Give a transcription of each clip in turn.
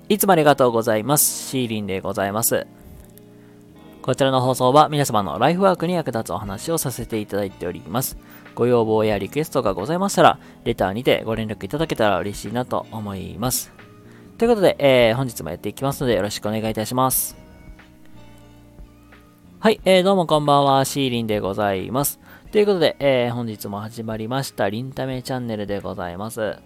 いつもありがとうございます。シーリンでございます。こちらの放送は皆様のライフワークに役立つお話をさせていただいております。ご要望やリクエストがございましたら、レターにてご連絡いただけたら嬉しいなと思います。ということで、本日もやっていきますのでよろしくお願いいたします。はい、どうもこんばんは、シーリンでございます。ということで、本日も始まりました、リンタメチャンネルでございます。はい、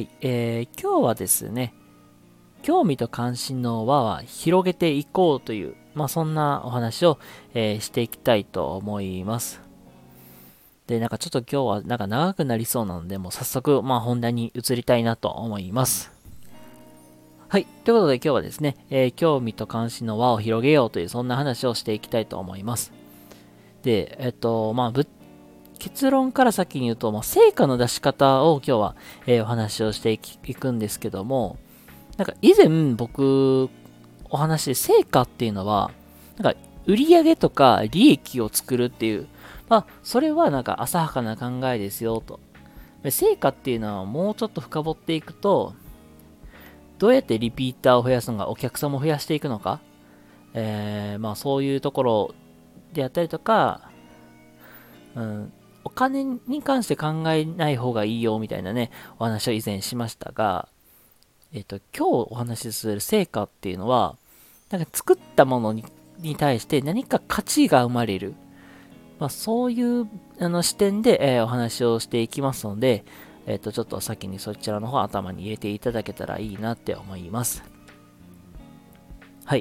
今日はですね、興味と関心の輪は広げていこうという、そんなお話を、していきたいと思います。で、ちょっと今日は長くなりそうなので、もう早速、本題に移りたいなと思います。はい。ということで今日はですね、興味と関心の輪を広げようという、そんな話をしていきたいと思います。で、結論から先に言うと、成果の出し方を今日は、お話をしていくんですけども、以前僕お話で成果っていうのは、売上とか利益を作るっていう、それは浅はかな考えですよと。成果っていうのはもうちょっと深掘っていくと、どうやってリピーターを増やすのか、お客様を増やしていくのか、そういうところであったりとか、お金に関して考えない方がいいよみたいなね、お話を以前しましたが、今日お話しする成果っていうのは、作ったものに対して何か価値が生まれる。そういう視点で、お話をしていきますので、ちょっと先にそちらの方頭に入れていただけたらいいなって思います。はい。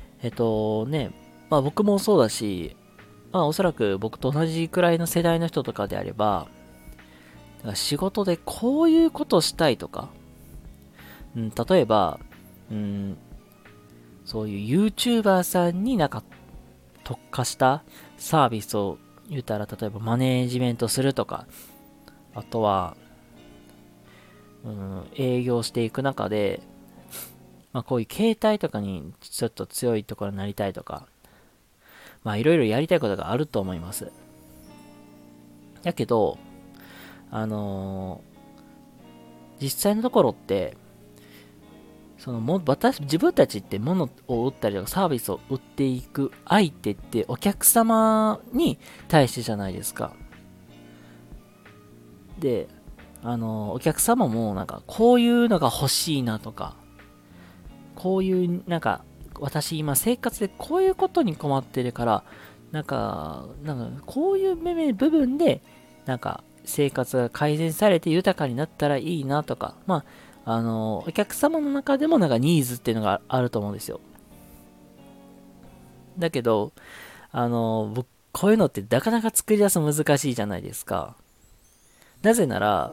僕もそうだし、おそらく僕と同じくらいの世代の人とかであれば、仕事でこういうことしたいとか、例えば、そういう YouTuber さんに特化したサービスを言うたら、例えばマネージメントするとか、あとは、営業していく中で、こういう携帯とかにちょっと強いところになりたいとか、いろいろやりたいことがあると思います。だけど、実際のところって、自分たちって物を売ったりとかサービスを売っていく相手ってお客様に対してじゃないですか。で、お客様もこういうのが欲しいなとか、こういう私今生活でこういうことに困ってるから、こういう部分で、生活が改善されて豊かになったらいいなとか、お客様の中でもニーズっていうのがあると思うんですよ。だけど、僕、こういうのってなかなか作り出すの難しいじゃないですか。なぜなら、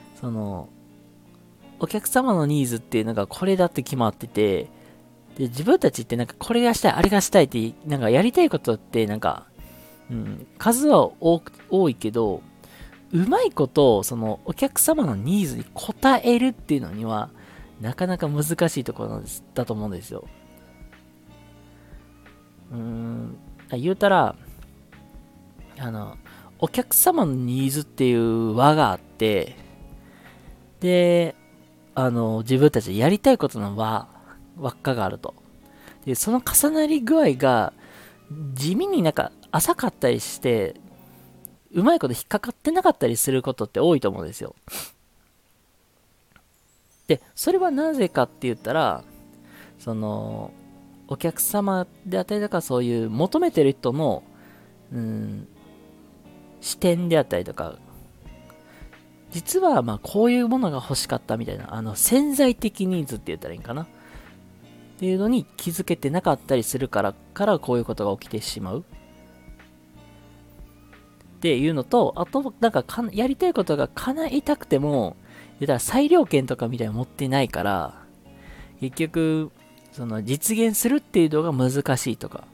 お客様のニーズっていうのがこれだって決まってて、で、自分たちってこれがしたい、あれがしたいって、やりたいことって数は多いけど、うまいこと、お客様のニーズに応えるっていうのには、なかなか難しいところだと思うんですよ。言うたら、お客様のニーズっていう輪があって、で、自分たちでやりたいことの輪っかがあると。で、その重なり具合が、地味に浅かったりして、うまいこと引っかかってなかったりすることって多いと思うんですよ。で、それはなぜかって言ったら、お客様であったりとか、そういう求めてる人の、視点であったりとか、実はこういうものが欲しかったみたいな、潜在的ニーズって言ったらいいんかなっていうのに気づけてなかったりするからこういうことが起きてしまう。っていうのと、あと、やりたいことが叶いたくても、言ったら裁量権とかみたいなの持ってないから、結局、実現するっていうのが難しいとか、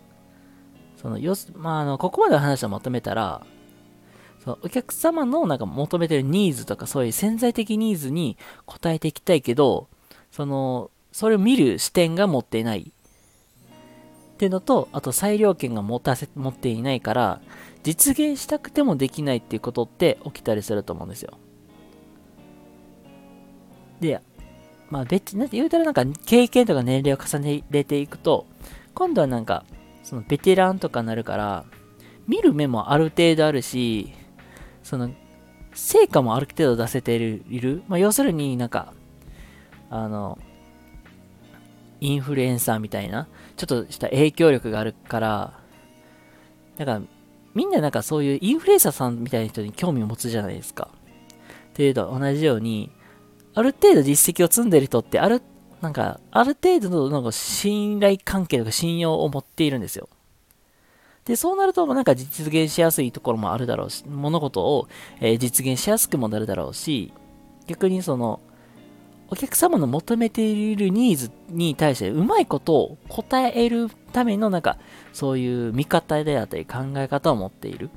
ここまでの話をまとめたら、お客様の求めてるニーズとか、そういう潜在的ニーズに応えていきたいけど、それを見る視点が持っていない。っていうのと、あと裁量権が持っていないから、実現したくてもできないっていうことって起きたりすると思うんですよ。で、 まあ別、なんて言うたらなんか経験とか年齢を重ねていくと、今度はなんか、そのベテランとかになるから、見る目もある程度あるし、その、成果もある程度出せている。まあ要するになんか、あの、インフルエンサーみたいな、ちょっとした影響力があるから、なんか、みんななんかそういうインフルエンサーさんみたいな人に興味を持つじゃないですか。っていうと同じように、ある程度実績を積んでる人って、なんか、ある程度のなんか信頼関係とか信用を持っているんですよ。で、そうなると、なんか実現しやすいところもあるだろうし、物事を、実現しやすくもなるだろうし、逆にその、お客様の求めているニーズに対してうまいことを答えるためのなんかそういう見方であったり考え方を持っている。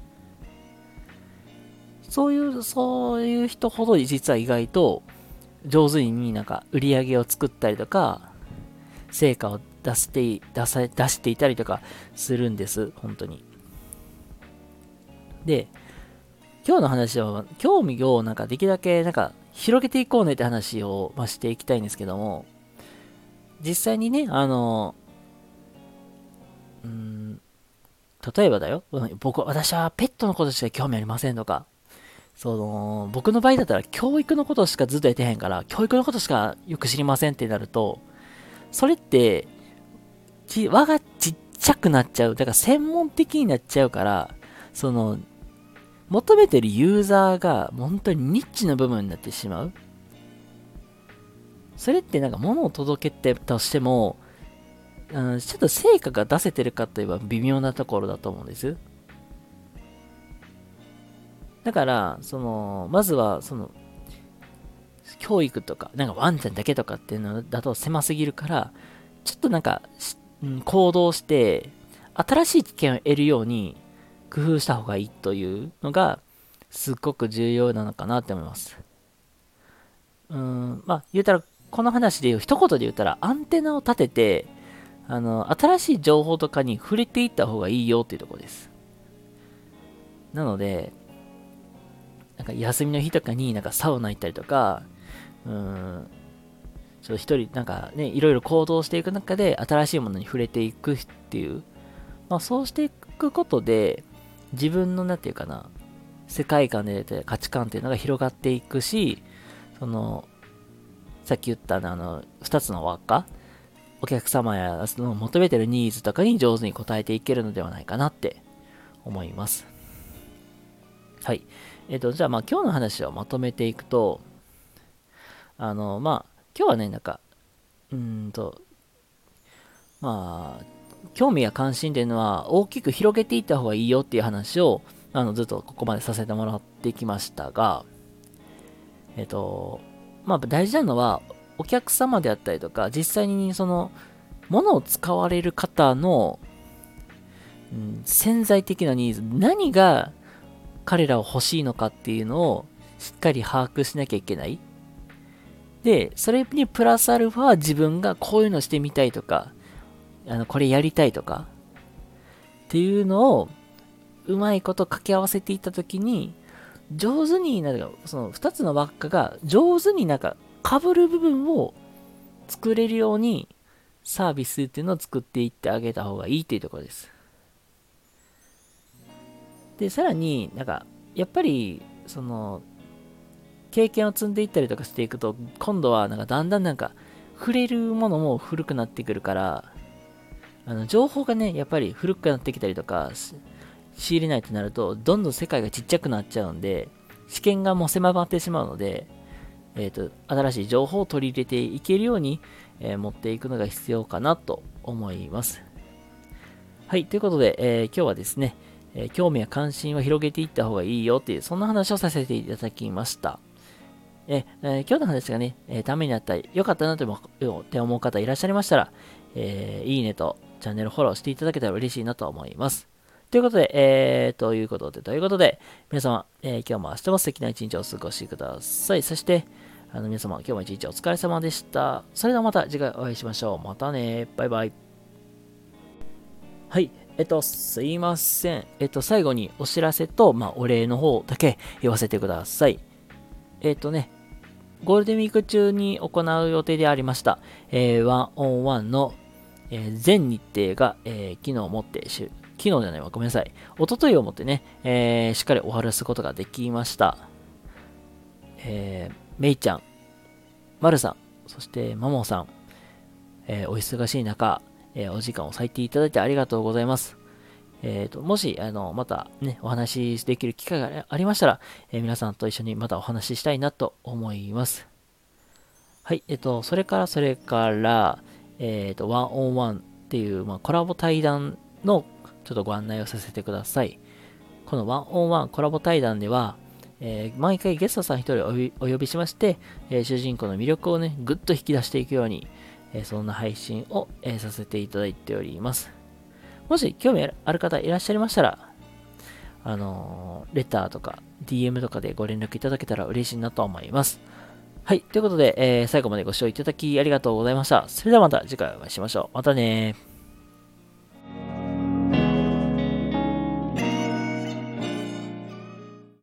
そういう人ほど実は意外と上手になんか売り上げを作ったりとか、成果を出していたりとかするんです。本当に。で、今日の話は興味をなんかできるだけなんか広げていこうねって話を、していきたいんですけども、実際にね、例えばだよ、私はペットのことしか興味ありませんとか、僕の場合だったら教育のことしかずっとやってへんから、教育のことしかよく知りませんってなると、それって、輪がちっちゃくなっちゃう。だから専門的になっちゃうから、求めてるユーザーが本当にニッチな部分になってしまう。それってなんか物を届けてとしても、ちょっと成果が出せてるかといえば微妙なところだと思うんです。だから、まずは、教育とか、なんかワンちゃんだけとかっていうのだと狭すぎるから、ちょっとなんか、行動して、新しい知見を得るように工夫した方がいいというのが、すっごく重要なのかなって思います。言うたら、この話で一言で言ったら、アンテナを立てて、新しい情報とかに触れていった方がいいよっていうところです。なので、なんか休みの日とかになんかサウナ行ったりとか、ちょっと一人なんかね、いろいろ行動していく中で新しいものに触れていくっていう、そうしていくことで、自分のなんていうかな、世界観で価値観っていうのが広がっていくし、さっき言った二つの輪っか、お客様やその求めてるニーズとかに上手に応えていけるのではないかなって思います。はい。じゃあ今日の話をまとめていくと、今日はね、なんか、興味や関心っていうのは大きく広げていった方がいいよっていう話を、ずっとここまでさせてもらってきましたが、大事なのは、お客様であったりとか、実際に物を使われる方の、潜在的なニーズ、何が彼らを欲しいのかっていうのをしっかり把握しなきゃいけない。で、それにプラスアルファ自分がこういうのしてみたいとか、これやりたいとか、っていうのをうまいこと掛け合わせていったときに、上手にその二つの輪っかが上手になんか被る部分を作れるようにサービスっていうのを作っていってあげた方がいいっていうところです。で、さらになんか、やっぱり、経験を積んでいったりとかしていくと、今度はなんかだんだんなんか、触れるものも古くなってくるから、情報がね、やっぱり古くなってきたりとか、仕入れないとなると、どんどん世界がちっちゃくなっちゃうんで、知見がもう狭まってしまうので、新しい情報を取り入れていけるように、持っていくのが必要かなと思います。はい、ということで、今日はですね、興味や関心を広げていった方がいいよっていう、そんな話をさせていただきました。今日の話がね、ためになったり、良かったなと思う方いらっしゃいましたら、いいねとチャンネルフォローしていただけたら嬉しいなと思います。ということで、皆様、今日も明日も素敵な一日をお過ごしください。そして、皆様、今日も一日お疲れ様でした。それではまた次回お会いしましょう。またね。バイバイ。はい。すいません。最後にお知らせと、お礼の方だけ言わせてください。 ゴールデンウィーク中に行う予定でありました、ワンオンワンの、全日程が、昨日もって昨日じゃないわ、ごめんなさい。一昨日をもってね、しっかり終わらすことができました。めいちゃん、まるさん、そしてまもさん、お忙しい中、お時間を割いていただいてありがとうございます。もし、またね、お話しできる機会がありましたら、皆さんと一緒にまたお話ししたいなと思います。はい、それから、ワンオンワンっていう、コラボ対談のちょっとご案内をさせてください。このワンオンワンコラボ対談では、毎回ゲストさん一人お呼びしまして、主人公の魅力をね、ぐっと引き出していくように、そんな配信を、させていただいております。もし興味ある方いらっしゃいましたら、レターとか DM とかでご連絡いただけたら嬉しいなと思います。はい。ということで、最後までご視聴いただきありがとうございました。それではまた次回お会いしましょう。またねー。